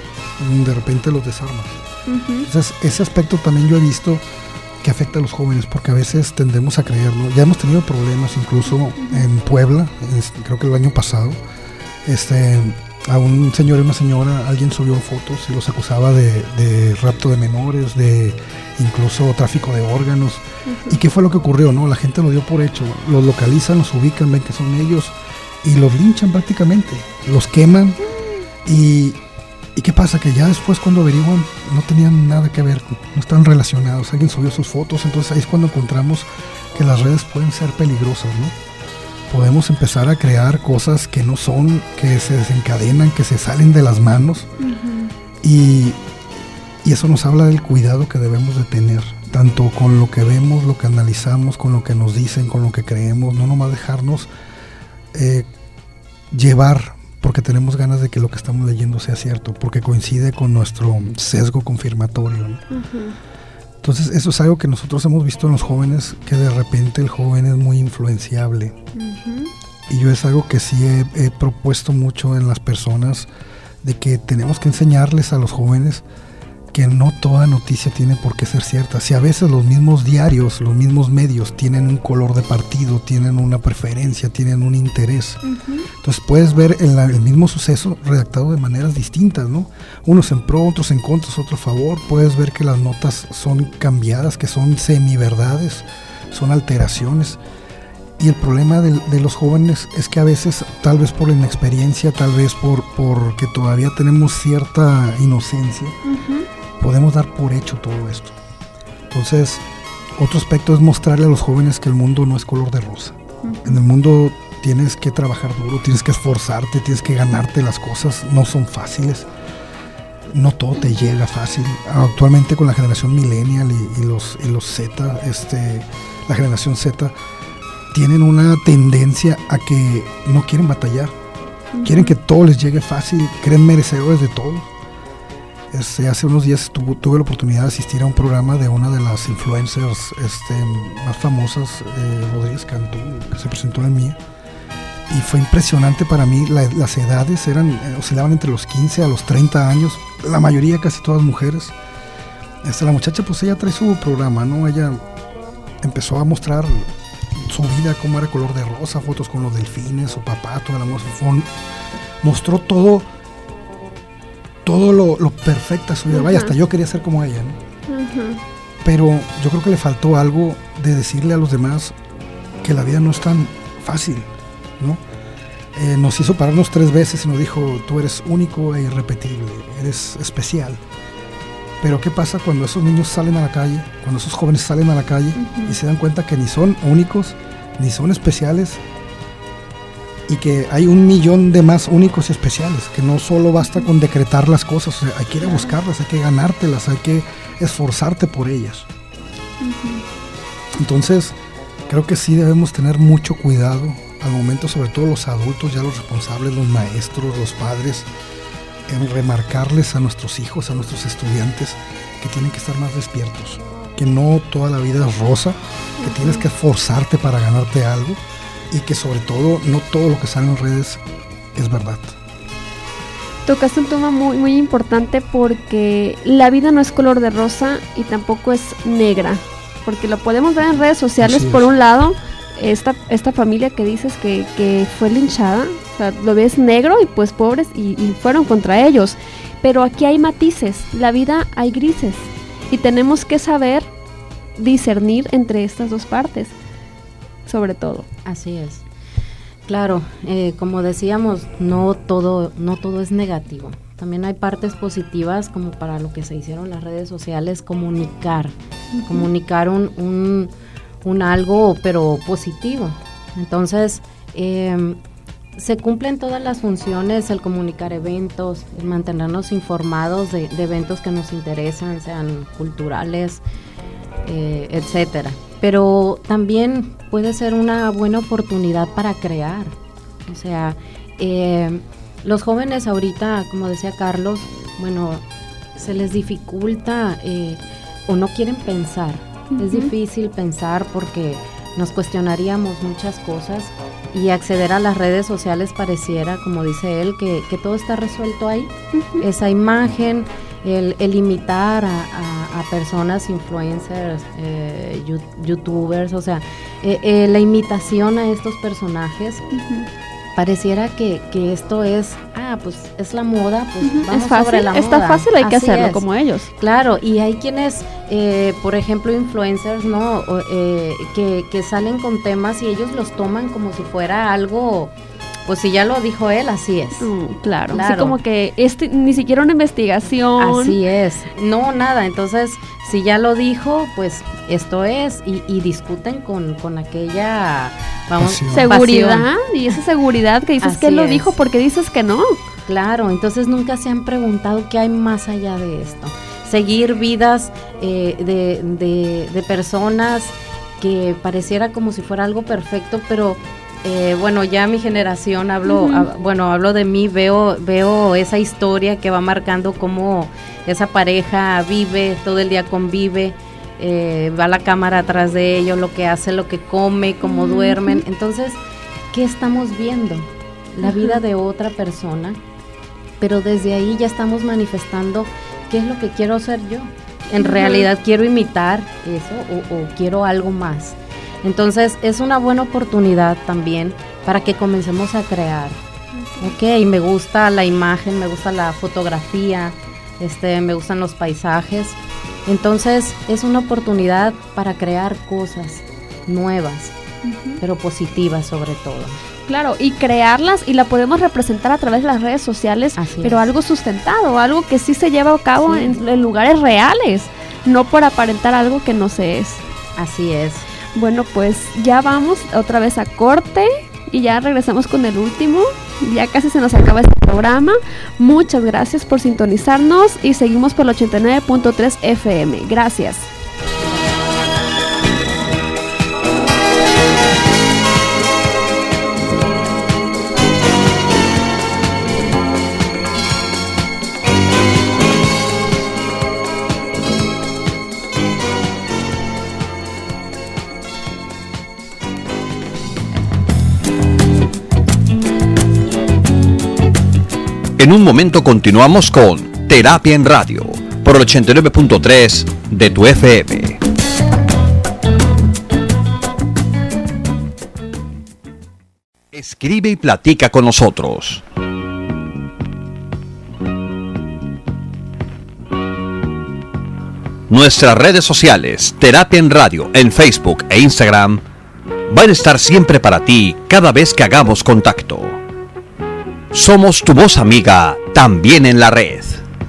Speaker 4: de repente los desarmas. Uh-huh. Entonces ese aspecto también yo he visto que afecta a los jóvenes, porque a veces tendemos a creer, ¿no? Ya hemos tenido problemas incluso uh-huh. en Puebla, es, creo que el año pasado, este, a un señor y una señora, alguien subió fotos y los acusaba de, de rapto de menores, de incluso tráfico de órganos. Uh-huh. ¿Y qué fue lo que ocurrió? ¿No? La gente lo dio por hecho, los localizan, los ubican, ven que son ellos y los linchan prácticamente, los queman. y ¿Y qué pasa? Que ya después cuando averiguan no tenían nada que ver, no están relacionados, alguien subió sus fotos. Entonces ahí es cuando encontramos que las redes pueden ser peligrosas, ¿no? Podemos empezar a crear cosas que no son, que se desencadenan, que se salen de las manos. Uh-huh. y, y eso nos habla del cuidado que debemos de tener, tanto con lo que vemos, lo que analizamos, con lo que nos dicen, con lo que creemos, no nomás dejarnos eh, llevar porque tenemos ganas de que lo que estamos leyendo sea cierto, porque coincide con nuestro sesgo confirmatorio, ¿no? Uh-huh. Entonces eso es algo que nosotros hemos visto en los jóvenes, que de repente el joven es muy influenciable. Uh-huh. Y yo es algo que sí he, he propuesto mucho en las personas, de que tenemos que enseñarles a los jóvenes que no toda noticia tiene por qué ser cierta. Si a veces los mismos diarios, los mismos medios tienen un color de partido, tienen una preferencia, tienen un interés. Uh-huh. Entonces puedes ver el, el mismo suceso redactado de maneras distintas, ¿no? Unos en pro, otros en contra, otros a favor. Puedes ver que las notas son cambiadas, que son semiverdades, son alteraciones. Y el problema de, de los jóvenes es que a veces, tal vez por la inexperiencia, tal vez por porque todavía tenemos cierta inocencia, uh-huh. podemos dar por hecho todo esto. Entonces, otro aspecto es mostrarle a los jóvenes que el mundo no es color de rosa. Uh-huh. En el mundo tienes que trabajar duro, tienes que esforzarte, tienes que ganarte las cosas, no son fáciles. No todo te llega fácil. Actualmente con la generación millennial y, y los y los Z, este, la generación Z, tienen una tendencia a que no quieren batallar, uh-huh. quieren que todo les llegue fácil, creen merecedores de todo. Este, hace unos días tuve, tuve la oportunidad de asistir a un programa de una de las influencers este, más famosas, eh, Rodríguez Cantú, que se presentó en Mía, y fue impresionante para mí. La, las edades eran, eh, oscilaban entre los quince a los treinta años, la mayoría casi todas mujeres. Hasta la muchacha, pues ella trae su programa, ¿no? Ella empezó a mostrar su vida, cómo era color de rosa, fotos con los delfines, su papá, toda la música, mostró todo todo lo, lo perfecta su vida. Uh-huh. Vaya, hasta yo quería ser como ella, ¿no? Uh-huh. Pero yo creo que le faltó algo de decirle a los demás que la vida no es tan fácil, ¿no? Eh, nos hizo pararnos tres veces y nos dijo: tú eres único e irrepetible, eres especial. Pero ¿qué pasa cuando esos niños salen a la calle, cuando esos jóvenes salen a la calle uh-huh. y se dan cuenta que ni son únicos, ni son especiales, y que hay un millón de más únicos y especiales, que no solo basta con decretar las cosas, o sea, hay que ir a buscarlas, hay que ganártelas, hay que esforzarte por ellas. Uh-huh. Entonces, creo que sí debemos tener mucho cuidado al momento, sobre todo los adultos, ya los responsables, los maestros, los padres, en remarcarles a nuestros hijos, a nuestros estudiantes, que tienen que estar más despiertos, que no toda la vida es rosa, que uh-huh. tienes que esforzarte para ganarte algo, y que sobre todo no todo lo que sale en redes es verdad.
Speaker 2: Tocaste un tema muy muy importante, porque la vida no es color de rosa y tampoco es negra, porque lo podemos ver en redes sociales. Por un lado, esta esta familia que dices que, que fue linchada, o sea, lo ves negro y pues pobres y, y fueron contra ellos, pero aquí hay matices, la vida hay grises y tenemos que saber discernir entre estas dos partes, sobre todo.
Speaker 3: Así es. Claro, eh, como decíamos, no todo, no todo es negativo. También hay partes positivas, como para lo que se hicieron las redes sociales, comunicar, uh-huh. comunicar un, un, un algo, pero positivo. Entonces, eh, se cumplen todas las funciones, el comunicar eventos, el mantenernos informados de, de eventos que nos interesan, sean culturales, eh, etcétera. Pero también puede ser una buena oportunidad para crear. O sea, eh, los jóvenes ahorita, como decía Carlos, bueno, se les dificulta eh, o no quieren pensar. Uh-huh. Es difícil pensar porque nos cuestionaríamos muchas cosas, y acceder a las redes sociales pareciera, como dice él, que, que todo está resuelto ahí. Uh-huh. Esa imagen, el, el imitar a, a, a personas, influencers, eh, youtubers, o sea, eh, eh, la imitación a estos personajes. Uh-huh. Pareciera que, que esto es, ah, pues es la moda, pues uh-huh. vamos
Speaker 2: es fácil,
Speaker 3: sobre la moda.
Speaker 2: Está fácil, hay
Speaker 3: Así
Speaker 2: que hacerlo
Speaker 3: es.
Speaker 2: Como ellos.
Speaker 3: Claro, y hay quienes, eh, por ejemplo, influencers, ¿no? O, eh, que, que salen con temas y ellos los toman como si fuera algo, pues si ya lo dijo él, así es.
Speaker 2: Mm, claro,
Speaker 3: claro.
Speaker 2: Así como que este, ni siquiera una investigación.
Speaker 3: Así es, no, nada, entonces, si ya lo dijo, pues esto es, y, y discuten con, con aquella, vamos,
Speaker 4: pasión.
Speaker 2: Seguridad,
Speaker 3: pasión.
Speaker 2: Y esa seguridad que dices
Speaker 3: Así
Speaker 2: que él lo
Speaker 3: es.
Speaker 2: dijo, porque dices que no.
Speaker 3: Claro, entonces nunca se han preguntado qué hay más allá de esto. Seguir vidas eh, de, de, de personas que pareciera como si fuera algo perfecto, pero eh, bueno, ya mi generación, hablo, uh-huh. hab, bueno, hablo de mí, veo, veo esa historia que va marcando cómo esa pareja vive, todo el día convive, eh, va la cámara atrás de ellos, lo que hace, lo que come, cómo uh-huh. duermen. Entonces, ¿qué estamos viendo? La uh-huh. vida de otra persona, pero desde ahí ya estamos manifestando qué es lo que quiero hacer yo. En uh-huh. realidad quiero imitar eso o, o quiero algo más. Entonces es una buena oportunidad también para que comencemos a crear. Ok, me gusta la imagen, me gusta la fotografía, este, me gustan los paisajes. Entonces es una oportunidad para crear cosas nuevas, uh-huh. pero positivas sobre todo.
Speaker 2: Claro, y crearlas y la podemos representar a través de las redes sociales, Así pero es. algo sustentado, algo que sí se lleva a cabo sí. en, en lugares reales, no por aparentar algo que no se es.
Speaker 3: Así es.
Speaker 2: Bueno, pues ya vamos otra vez a corte y ya regresamos con el último. Ya casi se nos acaba este programa. Muchas gracias por sintonizarnos y seguimos por el ochenta y nueve punto tres F M. Gracias.
Speaker 1: En un momento continuamos con Terapia en Radio por el ochenta y nueve punto tres de tu F M. Escribe y platica con nosotros. Nuestras redes sociales, Terapia en Radio, en Facebook e Instagram, van a estar siempre para ti cada vez que hagamos contacto. Somos tu voz amiga, también en la red.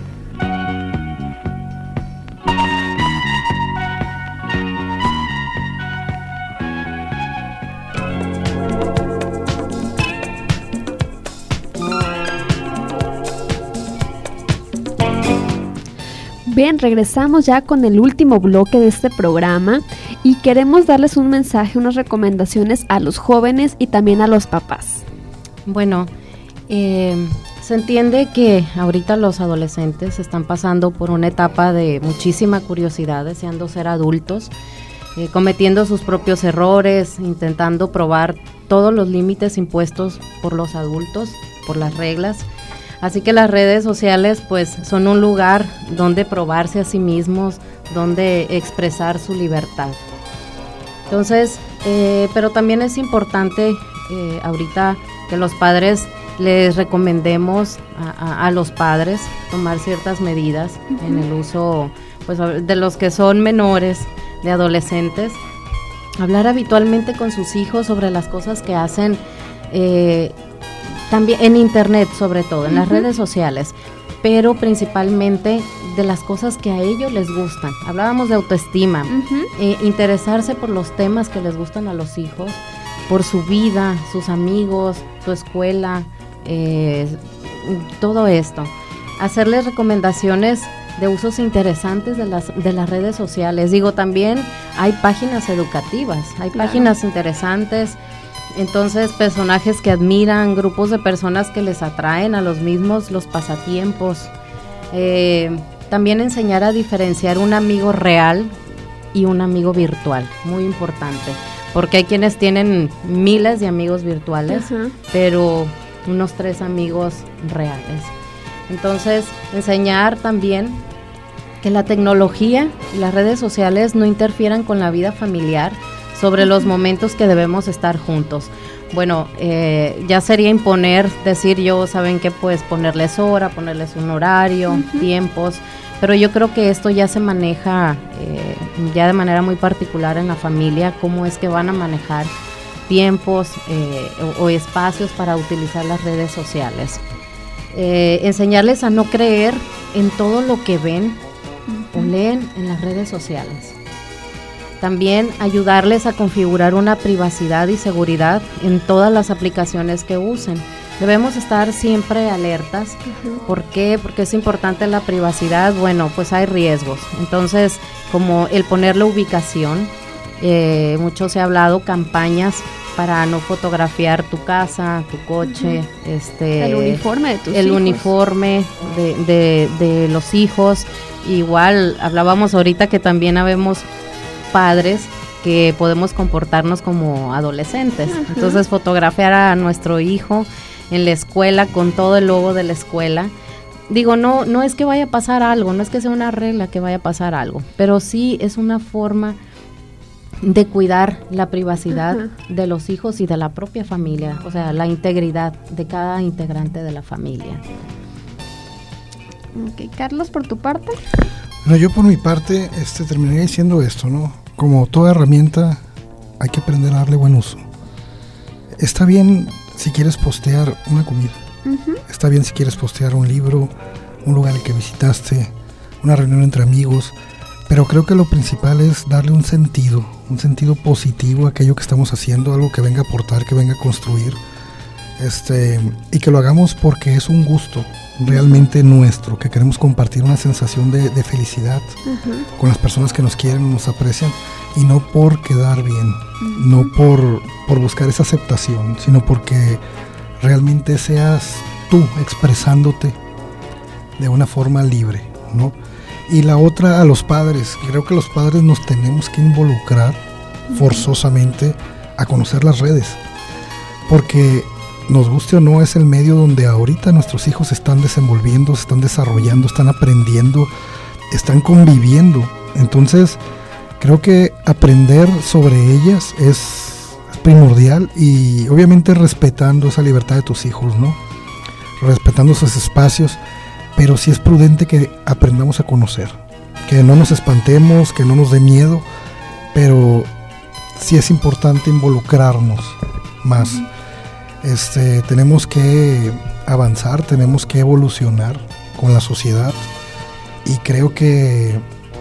Speaker 2: Bien, regresamos ya con el último bloque de este programa y queremos darles un mensaje, unas recomendaciones a los jóvenes y también a los papás.
Speaker 3: Bueno, eh, se entiende que ahorita los adolescentes están pasando por una etapa de muchísima curiosidad, deseando ser adultos, eh, cometiendo sus propios errores, intentando probar todos los límites impuestos por los adultos, por las reglas. Así que las redes sociales pues son un lugar donde probarse a sí mismos, donde expresar su libertad. Entonces, eh, pero también es importante eh, ahorita que los padres les recomendemos a, a, a los padres tomar ciertas medidas uh-huh. en el uso pues de los que son menores, de adolescentes, hablar habitualmente con sus hijos sobre las cosas que hacen eh, también en internet, sobre todo, en uh-huh. las redes sociales, pero principalmente de las cosas que a ellos les gustan. Hablábamos de autoestima, uh-huh. eh, interesarse por los temas que les gustan a los hijos, por su vida, sus amigos, su escuela, eh, todo esto. Hacerles recomendaciones de usos interesantes de las, de las redes sociales. Digo, también hay páginas educativas, hay claro. páginas interesantes. Entonces, personajes que admiran, grupos de personas que les atraen a los mismos, los pasatiempos. Eh, también enseñar a diferenciar un amigo real y un amigo virtual, muy importante, porque hay quienes tienen miles de amigos virtuales, uh-huh. pero unos tres amigos reales. Entonces, enseñar también que la tecnología y las redes sociales no interfieran con la vida familiar, sobre los momentos que debemos estar juntos. Bueno, eh, ya sería imponer, decir yo, ¿saben qué? Pues ponerles hora, ponerles un horario, uh-huh. tiempos, pero yo creo que esto ya se maneja eh, ya de manera muy particular en la familia, cómo es que van a manejar tiempos eh, o, o espacios para utilizar las redes sociales. Eh, enseñarles a no creer en todo lo que ven uh-huh. o leen en las redes sociales. También ayudarles a configurar una privacidad y seguridad en todas las aplicaciones que usen. Debemos estar siempre alertas. Uh-huh. ¿Por qué? Porque es importante la privacidad. Bueno, pues hay riesgos. Entonces, como el ponerle ubicación, eh, mucho se ha hablado, campañas para no fotografiar tu casa, tu coche, uh-huh. este,
Speaker 2: el uniforme de tus
Speaker 3: el
Speaker 2: hijos.
Speaker 3: uniforme de, de, de los hijos. Igual, hablábamos ahorita que también habemos padres que podemos comportarnos como adolescentes. Uh-huh. Entonces, fotografiar a nuestro hijo en la escuela con todo el logo de la escuela. Digo, no, no es que vaya a pasar algo, no es que sea una regla que vaya a pasar algo, pero sí es una forma de cuidar la privacidad uh-huh. de los hijos y de la propia familia, o sea, la integridad de cada integrante de la familia.
Speaker 2: Ok, Carlos, por tu parte.
Speaker 4: No, yo por mi parte este, terminaría diciendo esto, ¿no? Como toda herramienta hay que aprender a darle buen uso. Está bien si quieres postear una comida, uh-huh. está bien si quieres postear un libro, un lugar al que visitaste, una reunión entre amigos, pero creo que lo principal es darle un sentido, un sentido positivo a aquello que estamos haciendo, algo que venga a aportar, que venga a construir, este, y que lo hagamos porque es un gusto realmente nuestro, que queremos compartir una sensación de, de felicidad uh-huh. con las personas que nos quieren, nos aprecian, y no por quedar bien, uh-huh. no por, por buscar esa aceptación, sino porque realmente seas tú expresándote de una forma libre, ¿no? Y la otra, a los padres, creo que los padres nos tenemos que involucrar uh-huh. forzosamente a conocer las redes, porque nos guste o no, es el medio donde ahorita nuestros hijos se están desenvolviendo, se están desarrollando, están aprendiendo, están conviviendo. Entonces, creo que aprender sobre ellas es, es primordial, y obviamente respetando esa libertad de tus hijos, ¿no? Respetando esos espacios, pero sí es prudente que aprendamos a conocer, que no nos espantemos, que no nos dé miedo, pero sí es importante involucrarnos más. Uh-huh. Este, tenemos que avanzar, tenemos que evolucionar con la sociedad, y creo que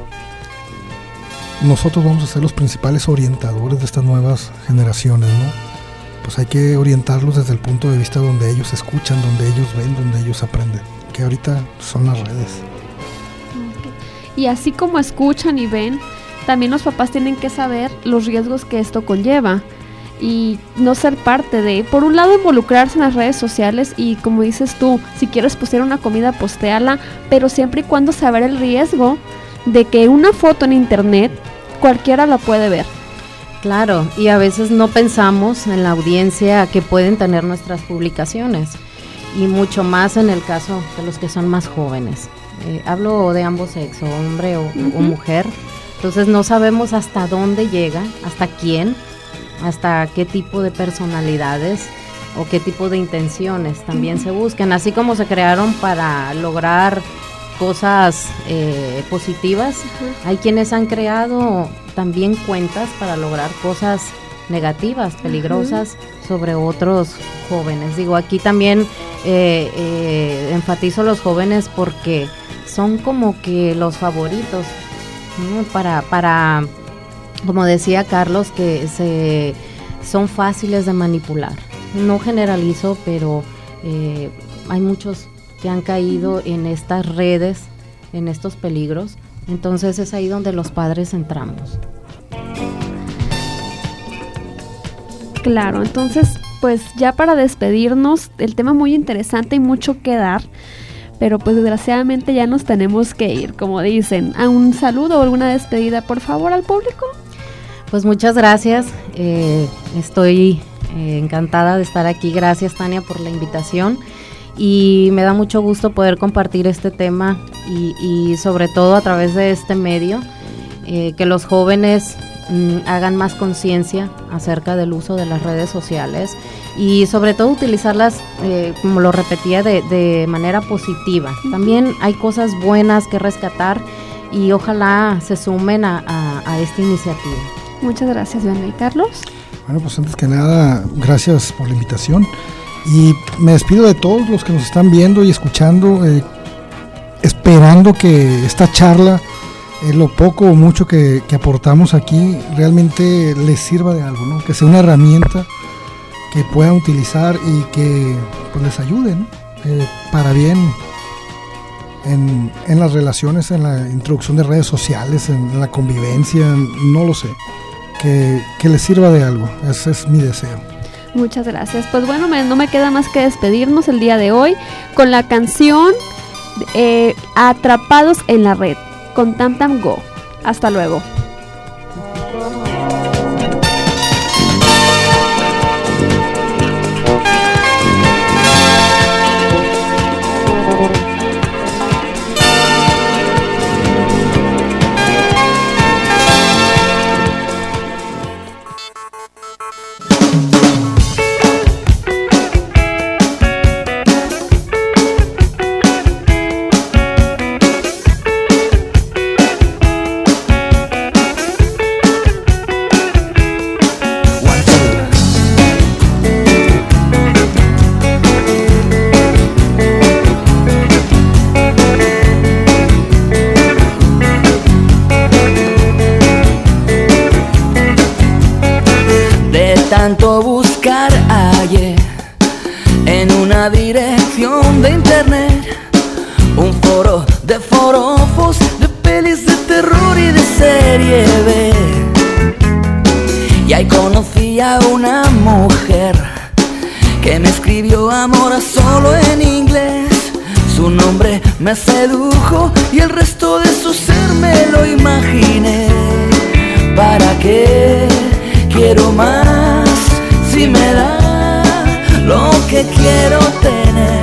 Speaker 4: nosotros vamos a ser los principales orientadores de estas nuevas generaciones, ¿no? Pues hay que orientarlos desde el punto de vista donde ellos escuchan, donde ellos ven, donde ellos aprenden, que ahorita son las redes.
Speaker 2: Okay. Y así como escuchan y ven, también los papás tienen que saber los riesgos que esto conlleva y no ser parte de, por un lado, involucrarse en las redes sociales, y como dices tú, si quieres postear una comida, postéala, pero siempre y cuando saber el riesgo de que una foto en internet cualquiera la puede ver.
Speaker 3: Claro, y a veces no pensamos en la audiencia que pueden tener nuestras publicaciones, y mucho más en el caso de los que son más jóvenes. Eh, hablo de ambos sexos, hombre o, uh-huh. o mujer. Entonces no sabemos hasta dónde llega, hasta quién, hasta qué tipo de personalidades o qué tipo de intenciones también uh-huh. se buscan. Así como se crearon para lograr cosas eh, positivas, uh-huh. hay quienes han creado también cuentas para lograr cosas negativas, peligrosas uh-huh. sobre otros jóvenes. Digo, aquí también eh, eh, enfatizo los jóvenes porque son como que los favoritos, ¿no? para, para, como decía Carlos, que se, son fáciles de manipular. No generalizo, pero eh, hay muchos que han caído en estas redes, en estos peligros. Entonces es ahí donde los padres entramos.
Speaker 2: Claro, entonces pues ya para despedirnos, el tema muy interesante y mucho que dar, pero pues desgraciadamente ya nos tenemos que ir, como dicen. ¿A un saludo o alguna despedida, por favor, al público?
Speaker 3: Pues muchas gracias, eh, estoy eh, encantada de estar aquí. Gracias, Tania, por la invitación. Y me da mucho gusto poder compartir este tema y, y sobre todo a través de este medio, eh, que los jóvenes mm, hagan más conciencia acerca del uso de las redes sociales y sobre todo utilizarlas, eh, como lo repetía, de, de manera positiva. También hay cosas buenas que rescatar y ojalá se sumen a, a, a esta iniciativa.
Speaker 2: Muchas gracias, Joana. ¿Y Carlos?
Speaker 4: Bueno, pues antes que nada, gracias por la invitación. Y me despido de todos los que nos están viendo y escuchando, eh, esperando que esta charla, eh, lo poco o mucho que, que aportamos aquí, realmente les sirva de algo, ¿no? Que sea una herramienta que puedan utilizar y que pues, les ayude, ¿no? eh, para bien en, en las relaciones, en la introducción de redes sociales, en, en la convivencia, no lo sé, que, que les sirva de algo. Ese es mi deseo.
Speaker 2: Muchas gracias. Pues bueno, me, no me queda más que despedirnos el día de hoy con la canción eh, Atrapados en la Red, con Tam Tam Go. Hasta luego.
Speaker 5: Tanto buscar hallé en una dirección de internet un foro de forofos, de pelis de terror y de serie B. Y ahí conocí a una mujer que me escribió amor a solo en inglés. Su nombre me sedujo y el resto de su ser me lo imaginé. ¿Para qué quiero más? Si me da lo que quiero tener.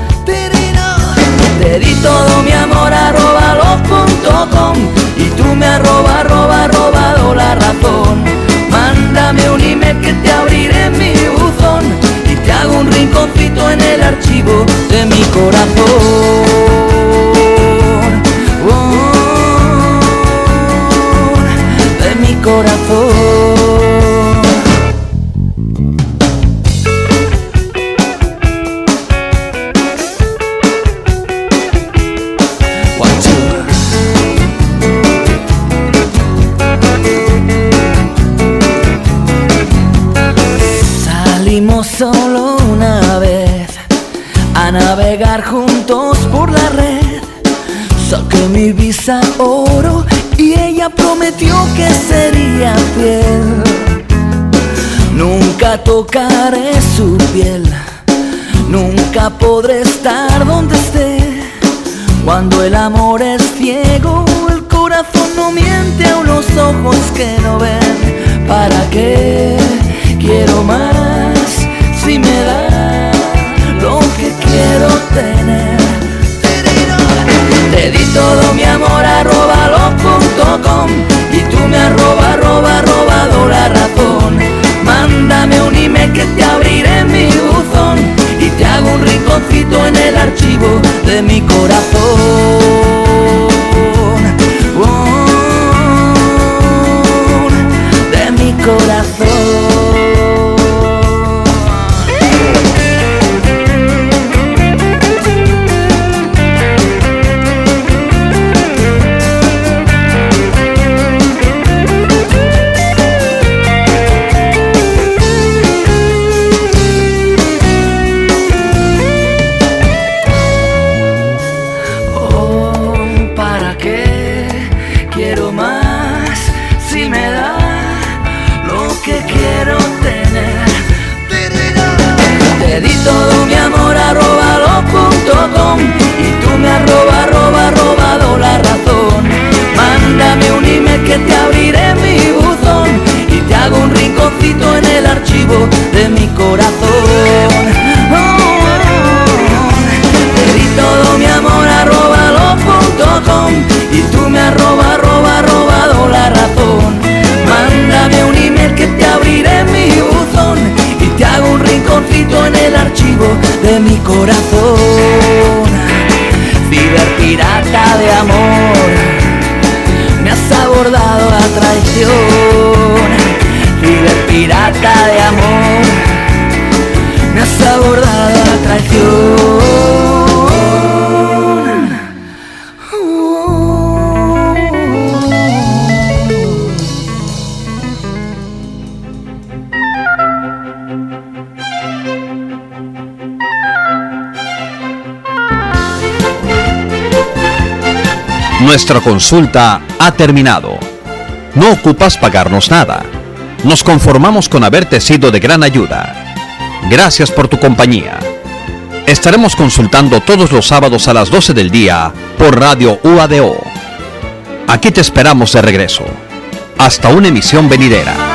Speaker 5: Te di todo mi amor arroba los punto com y tú me arroba, arroba, robado la razón. Mándame un email que te abriré en mi buzón y te hago un rinconcito en el archivo de mi corazón. Oh, de mi corazón. Solo una vez a navegar juntos por la red. Saqué mi visa oro y ella prometió que sería fiel. Nunca tocaré su piel, nunca podré estar donde esté. Cuando el amor es ciego, el corazón no miente, a los ojos que no ven. ¿Para qué quiero más si me da lo que quiero tener? Te di todo mi amor arroba los punto com y tú me arroba, arroba, robado la razón. Mándame un email que te abriré en mi buzón y te hago un rinconcito en el archivo de mi corazón. Oh, de mi corazón. Te di todo mi amor arroba los punto com y tú me arroba, arroba, robado la razón. Mándame un email que te abriré en mi buzón y te hago un rinconcito en el archivo de mi corazón. Oh, oh, te di todo mi amor arroba los punto com y tú me arroba, arroba, robado la razón. Mándame un email que te abriré en mi buzón y te hago un rinconcito en el archivo de mi corazón. Ciberpirata de amor, me has abordado a traición. Ciberpirata de amor, me has abordado a traición.
Speaker 1: Nuestra consulta ha terminado. No ocupas pagarnos nada. Nos conformamos con haberte sido de gran ayuda. Gracias por tu compañía. Estaremos consultando todos los sábados a las doce del día por Radio U A D O. Aquí te esperamos de regreso. Hasta una emisión venidera.